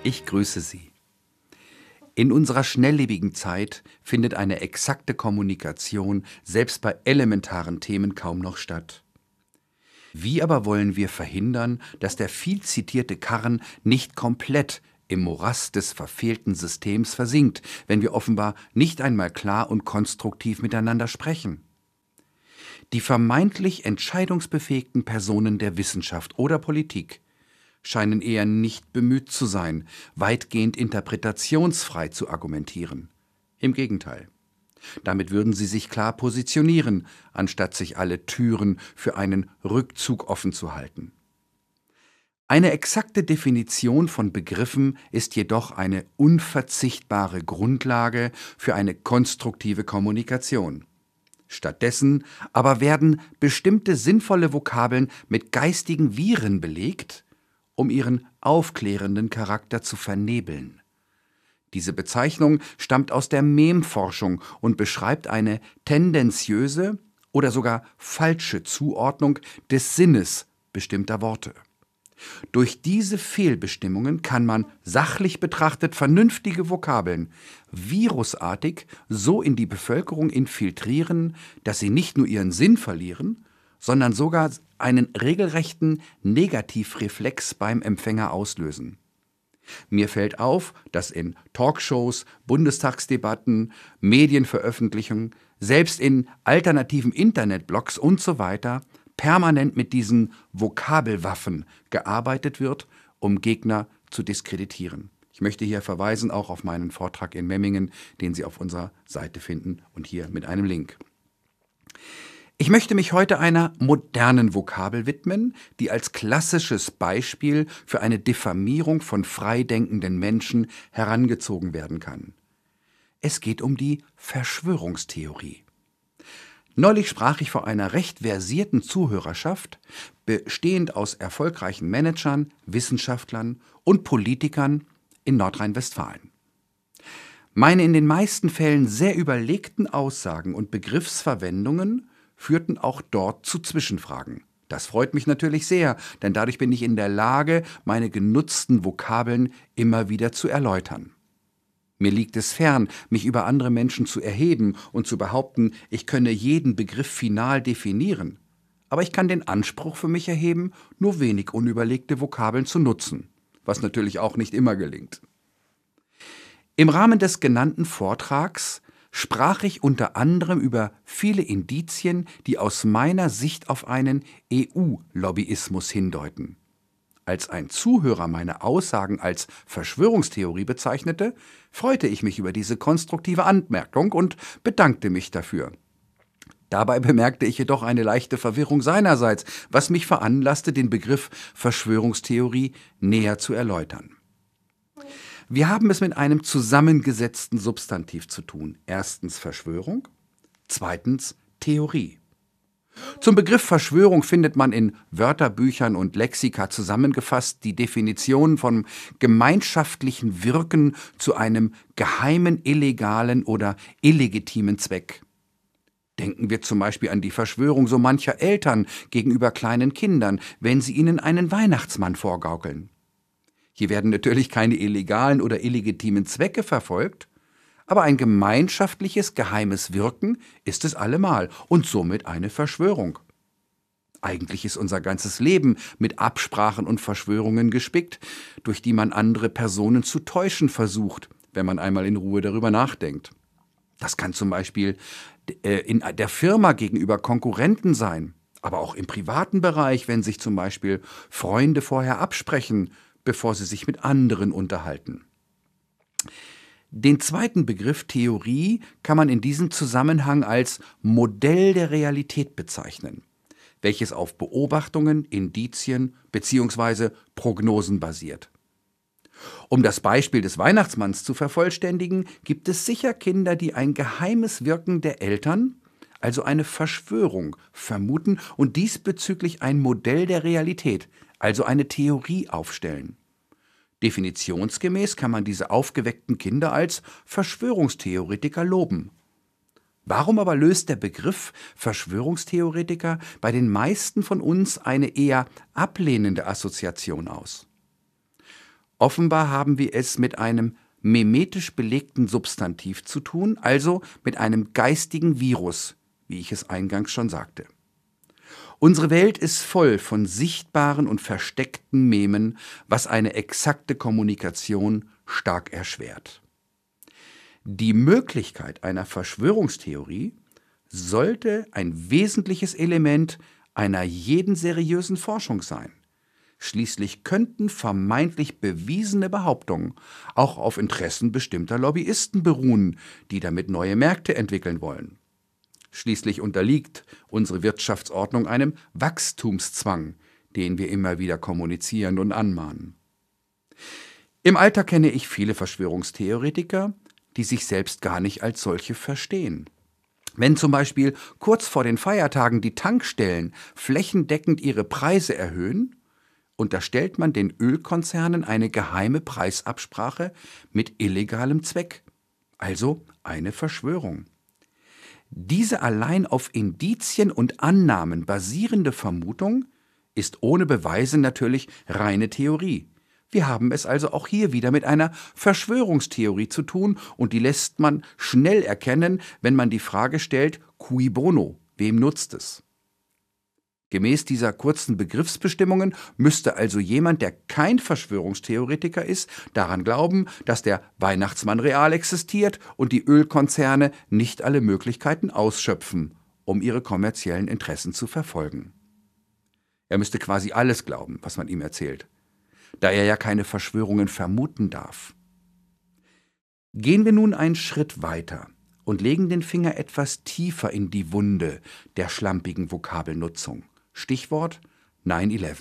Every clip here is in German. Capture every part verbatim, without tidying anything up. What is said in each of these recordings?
Ich grüße Sie. In unserer schnelllebigen Zeit findet eine exakte Kommunikation selbst bei elementaren Themen kaum noch statt. Wie aber wollen wir verhindern, dass der viel zitierte Karren nicht komplett im Morass des verfehlten Systems versinkt, wenn wir offenbar nicht einmal klar und konstruktiv miteinander sprechen? Die vermeintlich entscheidungsbefähigten Personen der Wissenschaft oder Politik scheinen eher nicht bemüht zu sein, weitgehend interpretationsfrei zu argumentieren. Im Gegenteil. Damit würden sie sich klar positionieren, anstatt sich alle Türen für einen Rückzug offen zu halten. Eine exakte Definition von Begriffen ist jedoch eine unverzichtbare Grundlage für eine konstruktive Kommunikation. Stattdessen aber werden bestimmte sinnvolle Vokabeln mit geistigen Viren belegt, um ihren aufklärenden Charakter zu vernebeln. Diese Bezeichnung stammt aus der Memforschung und beschreibt eine tendenziöse oder sogar falsche Zuordnung des Sinnes bestimmter Worte. Durch diese Fehlbestimmungen kann man sachlich betrachtet vernünftige Vokabeln virusartig so in die Bevölkerung infiltrieren, dass sie nicht nur ihren Sinn verlieren, sondern sogar einen regelrechten Negativreflex beim Empfänger auslösen. Mir fällt auf, dass in Talkshows, Bundestagsdebatten, Medienveröffentlichungen, selbst in alternativen Internetblogs und so weiter permanent mit diesen Vokabelwaffen gearbeitet wird, um Gegner zu diskreditieren. Ich möchte hier verweisen auch auf meinen Vortrag in Memmingen, den Sie auf unserer Seite finden und hier mit einem Link. Ich möchte mich heute einer modernen Vokabel widmen, die als klassisches Beispiel für eine Diffamierung von freidenkenden Menschen herangezogen werden kann. Es geht um die Verschwörungstheorie. Neulich sprach ich vor einer recht versierten Zuhörerschaft, bestehend aus erfolgreichen Managern, Wissenschaftlern und Politikern in Nordrhein-Westfalen. Meine in den meisten Fällen sehr überlegten Aussagen und Begriffsverwendungen führten auch dort zu Zwischenfragen. Das freut mich natürlich sehr, denn dadurch bin ich in der Lage, meine genutzten Vokabeln immer wieder zu erläutern. Mir liegt es fern, mich über andere Menschen zu erheben und zu behaupten, ich könne jeden Begriff final definieren. Aber ich kann den Anspruch für mich erheben, nur wenig unüberlegte Vokabeln zu nutzen, was natürlich auch nicht immer gelingt. Im Rahmen des genannten Vortrags sprach ich unter anderem über viele Indizien, die aus meiner Sicht auf einen E U-Lobbyismus hindeuten. Als ein Zuhörer meine Aussagen als Verschwörungstheorie bezeichnete, freute ich mich über diese konstruktive Anmerkung und bedankte mich dafür. Dabei bemerkte ich jedoch eine leichte Verwirrung seinerseits, was mich veranlasste, den Begriff Verschwörungstheorie näher zu erläutern. Wir haben es mit einem zusammengesetzten Substantiv zu tun. Erstens Verschwörung, zweitens Theorie. Zum Begriff Verschwörung findet man in Wörterbüchern und Lexika zusammengefasst die Definition von gemeinschaftlichen Wirken zu einem geheimen, illegalen oder illegitimen Zweck. Denken wir zum Beispiel an die Verschwörung so mancher Eltern gegenüber kleinen Kindern, wenn sie ihnen einen Weihnachtsmann vorgaukeln. Hier werden natürlich keine illegalen oder illegitimen Zwecke verfolgt, aber ein gemeinschaftliches, geheimes Wirken ist es allemal und somit eine Verschwörung. Eigentlich ist unser ganzes Leben mit Absprachen und Verschwörungen gespickt, durch die man andere Personen zu täuschen versucht, wenn man einmal in Ruhe darüber nachdenkt. Das kann zum Beispiel äh, in der Firma gegenüber Konkurrenten sein, aber auch im privaten Bereich, wenn sich zum Beispiel Freunde vorher absprechen, bevor sie sich mit anderen unterhalten. Den zweiten Begriff Theorie kann man in diesem Zusammenhang als Modell der Realität bezeichnen, welches auf Beobachtungen, Indizien bzw. Prognosen basiert. Um das Beispiel des Weihnachtsmanns zu vervollständigen, gibt es sicher Kinder, die ein geheimes Wirken der Eltern, also eine Verschwörung, vermuten und diesbezüglich ein Modell der Realität, also eine Theorie aufstellen. Definitionsgemäß kann man diese aufgeweckten Kinder als Verschwörungstheoretiker loben. Warum aber löst der Begriff Verschwörungstheoretiker bei den meisten von uns eine eher ablehnende Assoziation aus? Offenbar haben wir es mit einem memetisch belegten Substantiv zu tun, also mit einem geistigen Virus, wie ich es eingangs schon sagte. Unsere Welt ist voll von sichtbaren und versteckten Memen, was eine exakte Kommunikation stark erschwert. Die Möglichkeit einer Verschwörungstheorie sollte ein wesentliches Element einer jeden seriösen Forschung sein. Schließlich könnten vermeintlich bewiesene Behauptungen auch auf Interessen bestimmter Lobbyisten beruhen, die damit neue Märkte entwickeln wollen. Schließlich unterliegt unsere Wirtschaftsordnung einem Wachstumszwang, den wir immer wieder kommunizieren und anmahnen. Im Alltag kenne ich viele Verschwörungstheoretiker, die sich selbst gar nicht als solche verstehen. Wenn zum Beispiel kurz vor den Feiertagen die Tankstellen flächendeckend ihre Preise erhöhen, unterstellt man den Ölkonzernen eine geheime Preisabsprache mit illegalem Zweck, also eine Verschwörung. Diese allein auf Indizien und Annahmen basierende Vermutung ist ohne Beweise natürlich reine Theorie. Wir haben es also auch hier wieder mit einer Verschwörungstheorie zu tun, und die lässt man schnell erkennen, wenn man die Frage stellt, cui bono, wem nutzt es? Gemäß dieser kurzen Begriffsbestimmungen müsste also jemand, der kein Verschwörungstheoretiker ist, daran glauben, dass der Weihnachtsmann real existiert und die Ölkonzerne nicht alle Möglichkeiten ausschöpfen, um ihre kommerziellen Interessen zu verfolgen. Er müsste quasi alles glauben, was man ihm erzählt, da er ja keine Verschwörungen vermuten darf. Gehen wir nun einen Schritt weiter und legen den Finger etwas tiefer in die Wunde der schlampigen Vokabelnutzung. Stichwort neun elf.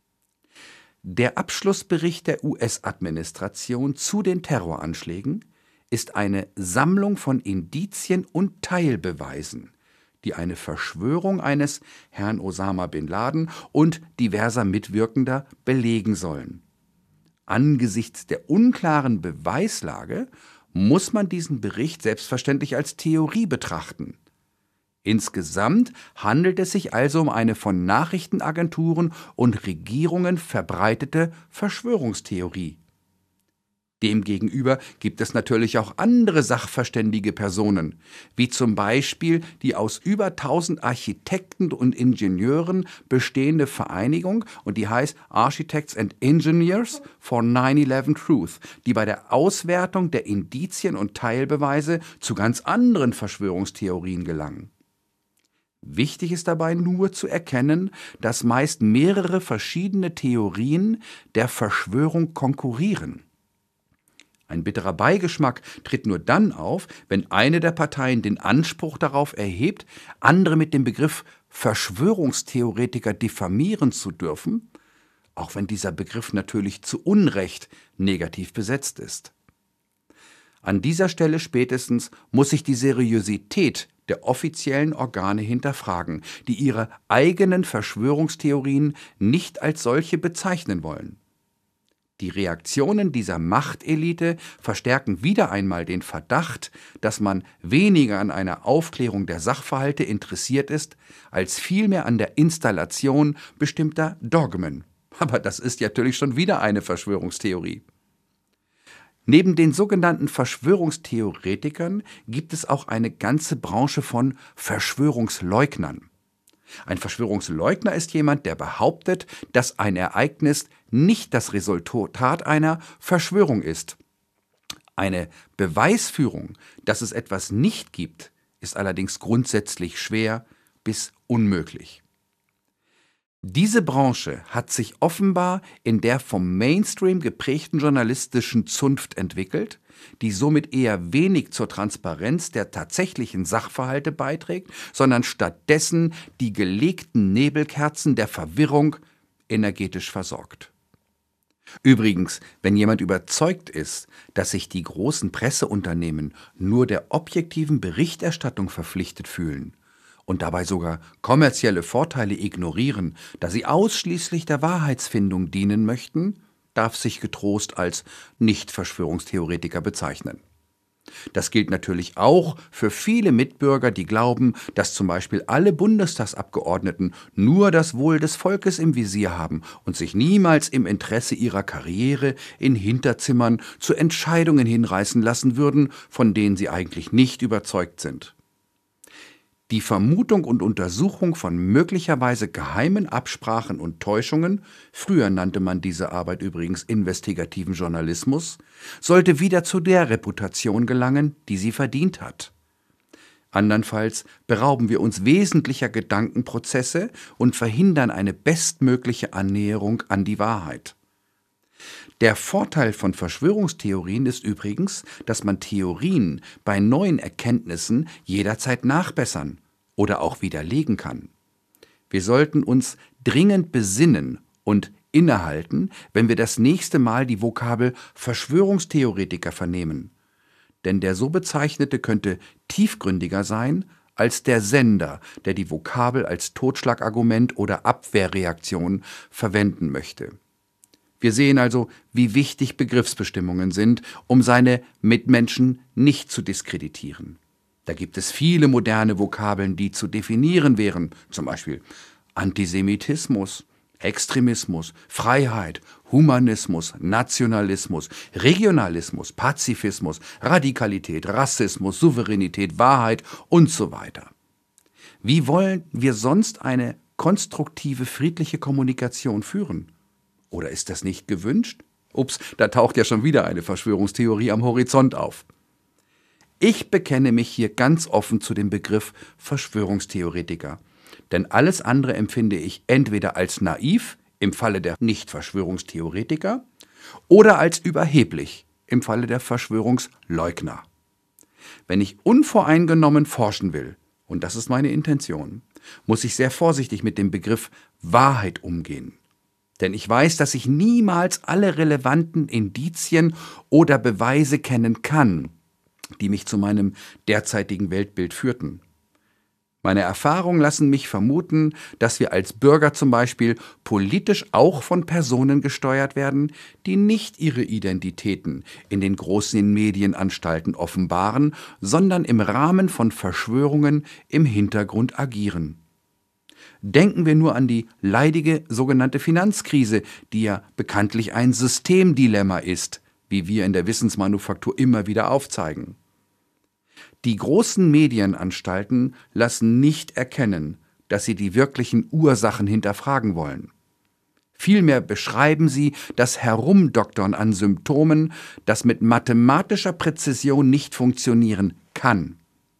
Der Abschlussbericht der U S-Administration zu den Terroranschlägen ist eine Sammlung von Indizien und Teilbeweisen, die eine Verschwörung eines Herrn Osama bin Laden und diverser Mitwirkender belegen sollen. Angesichts der unklaren Beweislage muss man diesen Bericht selbstverständlich als Theorie betrachten. Insgesamt handelt es sich also um eine von Nachrichtenagenturen und Regierungen verbreitete Verschwörungstheorie. Demgegenüber gibt es natürlich auch andere sachverständige Personen, wie zum Beispiel die aus über tausend Architekten und Ingenieuren bestehende Vereinigung, und die heißt Architects and Engineers for neun elf Truth, die bei der Auswertung der Indizien und Teilbeweise zu ganz anderen Verschwörungstheorien gelangen. Wichtig ist dabei nur zu erkennen, dass meist mehrere verschiedene Theorien der Verschwörung konkurrieren. Ein bitterer Beigeschmack tritt nur dann auf, wenn eine der Parteien den Anspruch darauf erhebt, andere mit dem Begriff Verschwörungstheoretiker diffamieren zu dürfen, auch wenn dieser Begriff natürlich zu Unrecht negativ besetzt ist. An dieser Stelle spätestens muss sich die Seriosität der offiziellen Organe hinterfragen, die ihre eigenen Verschwörungstheorien nicht als solche bezeichnen wollen. Die Reaktionen dieser Machtelite verstärken wieder einmal den Verdacht, dass man weniger an einer Aufklärung der Sachverhalte interessiert ist, als vielmehr an der Installation bestimmter Dogmen. Aber das ist natürlich schon wieder eine Verschwörungstheorie. Neben den sogenannten Verschwörungstheoretikern gibt es auch eine ganze Branche von Verschwörungsleugnern. Ein Verschwörungsleugner ist jemand, der behauptet, dass ein Ereignis nicht das Resultat einer Verschwörung ist. Eine Beweisführung, dass es etwas nicht gibt, ist allerdings grundsätzlich schwer bis unmöglich. Diese Branche hat sich offenbar in der vom Mainstream geprägten journalistischen Zunft entwickelt, die somit eher wenig zur Transparenz der tatsächlichen Sachverhalte beiträgt, sondern stattdessen die gelegten Nebelkerzen der Verwirrung energetisch versorgt. Übrigens, wenn jemand überzeugt ist, dass sich die großen Presseunternehmen nur der objektiven Berichterstattung verpflichtet fühlen und dabei sogar kommerzielle Vorteile ignorieren, da sie ausschließlich der Wahrheitsfindung dienen möchten, darf sich getrost als Nicht-Verschwörungstheoretiker bezeichnen. Das gilt natürlich auch für viele Mitbürger, die glauben, dass zum Beispiel alle Bundestagsabgeordneten nur das Wohl des Volkes im Visier haben und sich niemals im Interesse ihrer Karriere in Hinterzimmern zu Entscheidungen hinreißen lassen würden, von denen sie eigentlich nicht überzeugt sind. Die Vermutung und Untersuchung von möglicherweise geheimen Absprachen und Täuschungen, früher nannte man diese Arbeit übrigens investigativen Journalismus, sollte wieder zu der Reputation gelangen, die sie verdient hat. Andernfalls berauben wir uns wesentlicher Gedankenprozesse und verhindern eine bestmögliche Annäherung an die Wahrheit. Der Vorteil von Verschwörungstheorien ist übrigens, dass man Theorien bei neuen Erkenntnissen jederzeit nachbessern oder auch widerlegen kann. Wir sollten uns dringend besinnen und innehalten, wenn wir das nächste Mal die Vokabel Verschwörungstheoretiker vernehmen. Denn der so bezeichnete könnte tiefgründiger sein als der Sender, der die Vokabel als Totschlagargument oder Abwehrreaktion verwenden möchte. Wir sehen also, wie wichtig Begriffsbestimmungen sind, um seine Mitmenschen nicht zu diskreditieren. Da gibt es viele moderne Vokabeln, die zu definieren wären, zum Beispiel Antisemitismus, Extremismus, Freiheit, Humanismus, Nationalismus, Regionalismus, Pazifismus, Radikalität, Rassismus, Souveränität, Wahrheit und so weiter. Wie wollen wir sonst eine konstruktive, friedliche Kommunikation führen? Oder ist das nicht gewünscht? Ups, da taucht ja schon wieder eine Verschwörungstheorie am Horizont auf. Ich bekenne mich hier ganz offen zu dem Begriff Verschwörungstheoretiker. Denn alles andere empfinde ich entweder als naiv, im Falle der Nicht-Verschwörungstheoretiker, oder als überheblich, im Falle der Verschwörungsleugner. Wenn ich unvoreingenommen forschen will, und das ist meine Intention, muss ich sehr vorsichtig mit dem Begriff Wahrheit umgehen. Denn ich weiß, dass ich niemals alle relevanten Indizien oder Beweise kennen kann, die mich zu meinem derzeitigen Weltbild führten. Meine Erfahrungen lassen mich vermuten, dass wir als Bürger zum Beispiel politisch auch von Personen gesteuert werden, die nicht ihre Identitäten in den großen Medienanstalten offenbaren, sondern im Rahmen von Verschwörungen im Hintergrund agieren. Denken wir nur an die leidige sogenannte Finanzkrise, die ja bekanntlich ein Systemdilemma ist, wie wir in der Wissensmanufaktur immer wieder aufzeigen. Die großen Medienanstalten lassen nicht erkennen, dass sie die wirklichen Ursachen hinterfragen wollen. Vielmehr beschreiben sie das Herumdoktern an Symptomen, das mit mathematischer Präzision nicht funktionieren kann.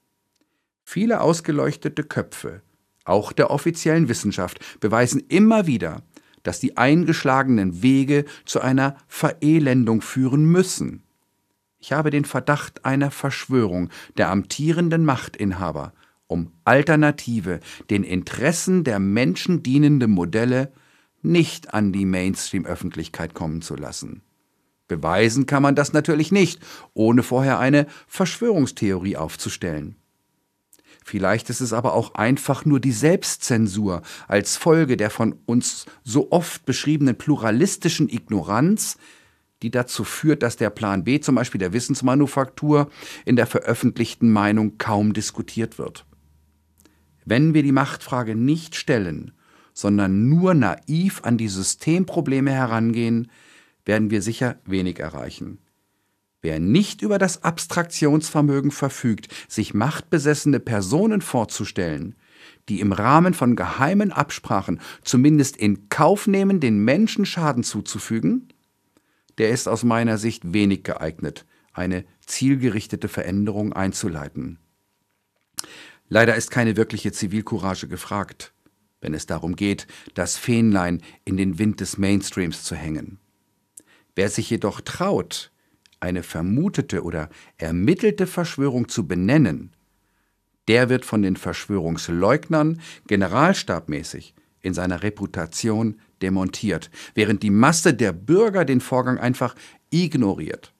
Viele ausgeleuchtete Köpfe, auch der offiziellen Wissenschaft, beweisen immer wieder, dass die eingeschlagenen Wege zu einer Verelendung führen müssen. Ich habe den Verdacht einer Verschwörung der amtierenden Machtinhaber, um alternative, den Interessen der Menschen dienende Modelle nicht an die Mainstream-Öffentlichkeit kommen zu lassen. Beweisen kann man das natürlich nicht, ohne vorher eine Verschwörungstheorie aufzustellen. Vielleicht ist es aber auch einfach nur die Selbstzensur als Folge der von uns so oft beschriebenen pluralistischen Ignoranz, die dazu führt, dass der Plan B, zum Beispiel der Wissensmanufaktur, in der veröffentlichten Meinung kaum diskutiert wird. Wenn wir die Machtfrage nicht stellen, sondern nur naiv an die Systemprobleme herangehen, werden wir sicher wenig erreichen. Wer nicht über das Abstraktionsvermögen verfügt, sich machtbesessene Personen vorzustellen, die im Rahmen von geheimen Absprachen zumindest in Kauf nehmen, den Menschen Schaden zuzufügen, der ist aus meiner Sicht wenig geeignet, eine zielgerichtete Veränderung einzuleiten. Leider ist keine wirkliche Zivilcourage gefragt, wenn es darum geht, das Fähnlein in den Wind des Mainstreams zu hängen. Wer sich jedoch traut, eine vermutete oder ermittelte Verschwörung zu benennen, der wird von den Verschwörungsleugnern generalstabmäßig in seiner Reputation demontiert, während die Masse der Bürger den Vorgang einfach ignoriert.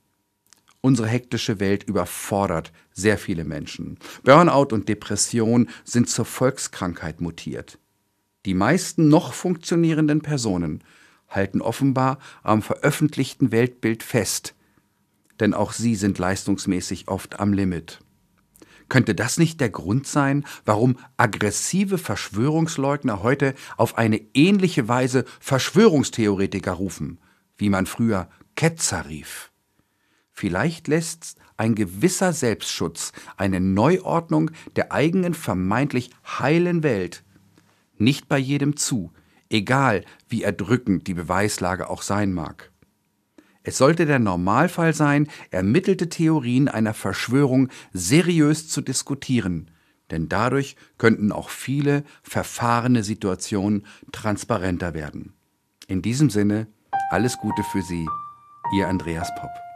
Unsere hektische Welt überfordert sehr viele Menschen. Burnout und Depression sind zur Volkskrankheit mutiert. Die meisten noch funktionierenden Personen halten offenbar am veröffentlichten Weltbild fest, denn auch sie sind leistungsmäßig oft am Limit. Könnte das nicht der Grund sein, warum aggressive Verschwörungsleugner heute auf eine ähnliche Weise Verschwörungstheoretiker rufen, wie man früher Ketzer rief? Vielleicht lässt ein gewisser Selbstschutz, eine Neuordnung der eigenen vermeintlich heilen Welt nicht bei jedem zu, egal wie erdrückend die Beweislage auch sein mag. Es sollte der Normalfall sein, ermittelte Theorien einer Verschwörung seriös zu diskutieren, denn dadurch könnten auch viele verfahrene Situationen transparenter werden. In diesem Sinne, alles Gute für Sie, Ihr Andreas Popp.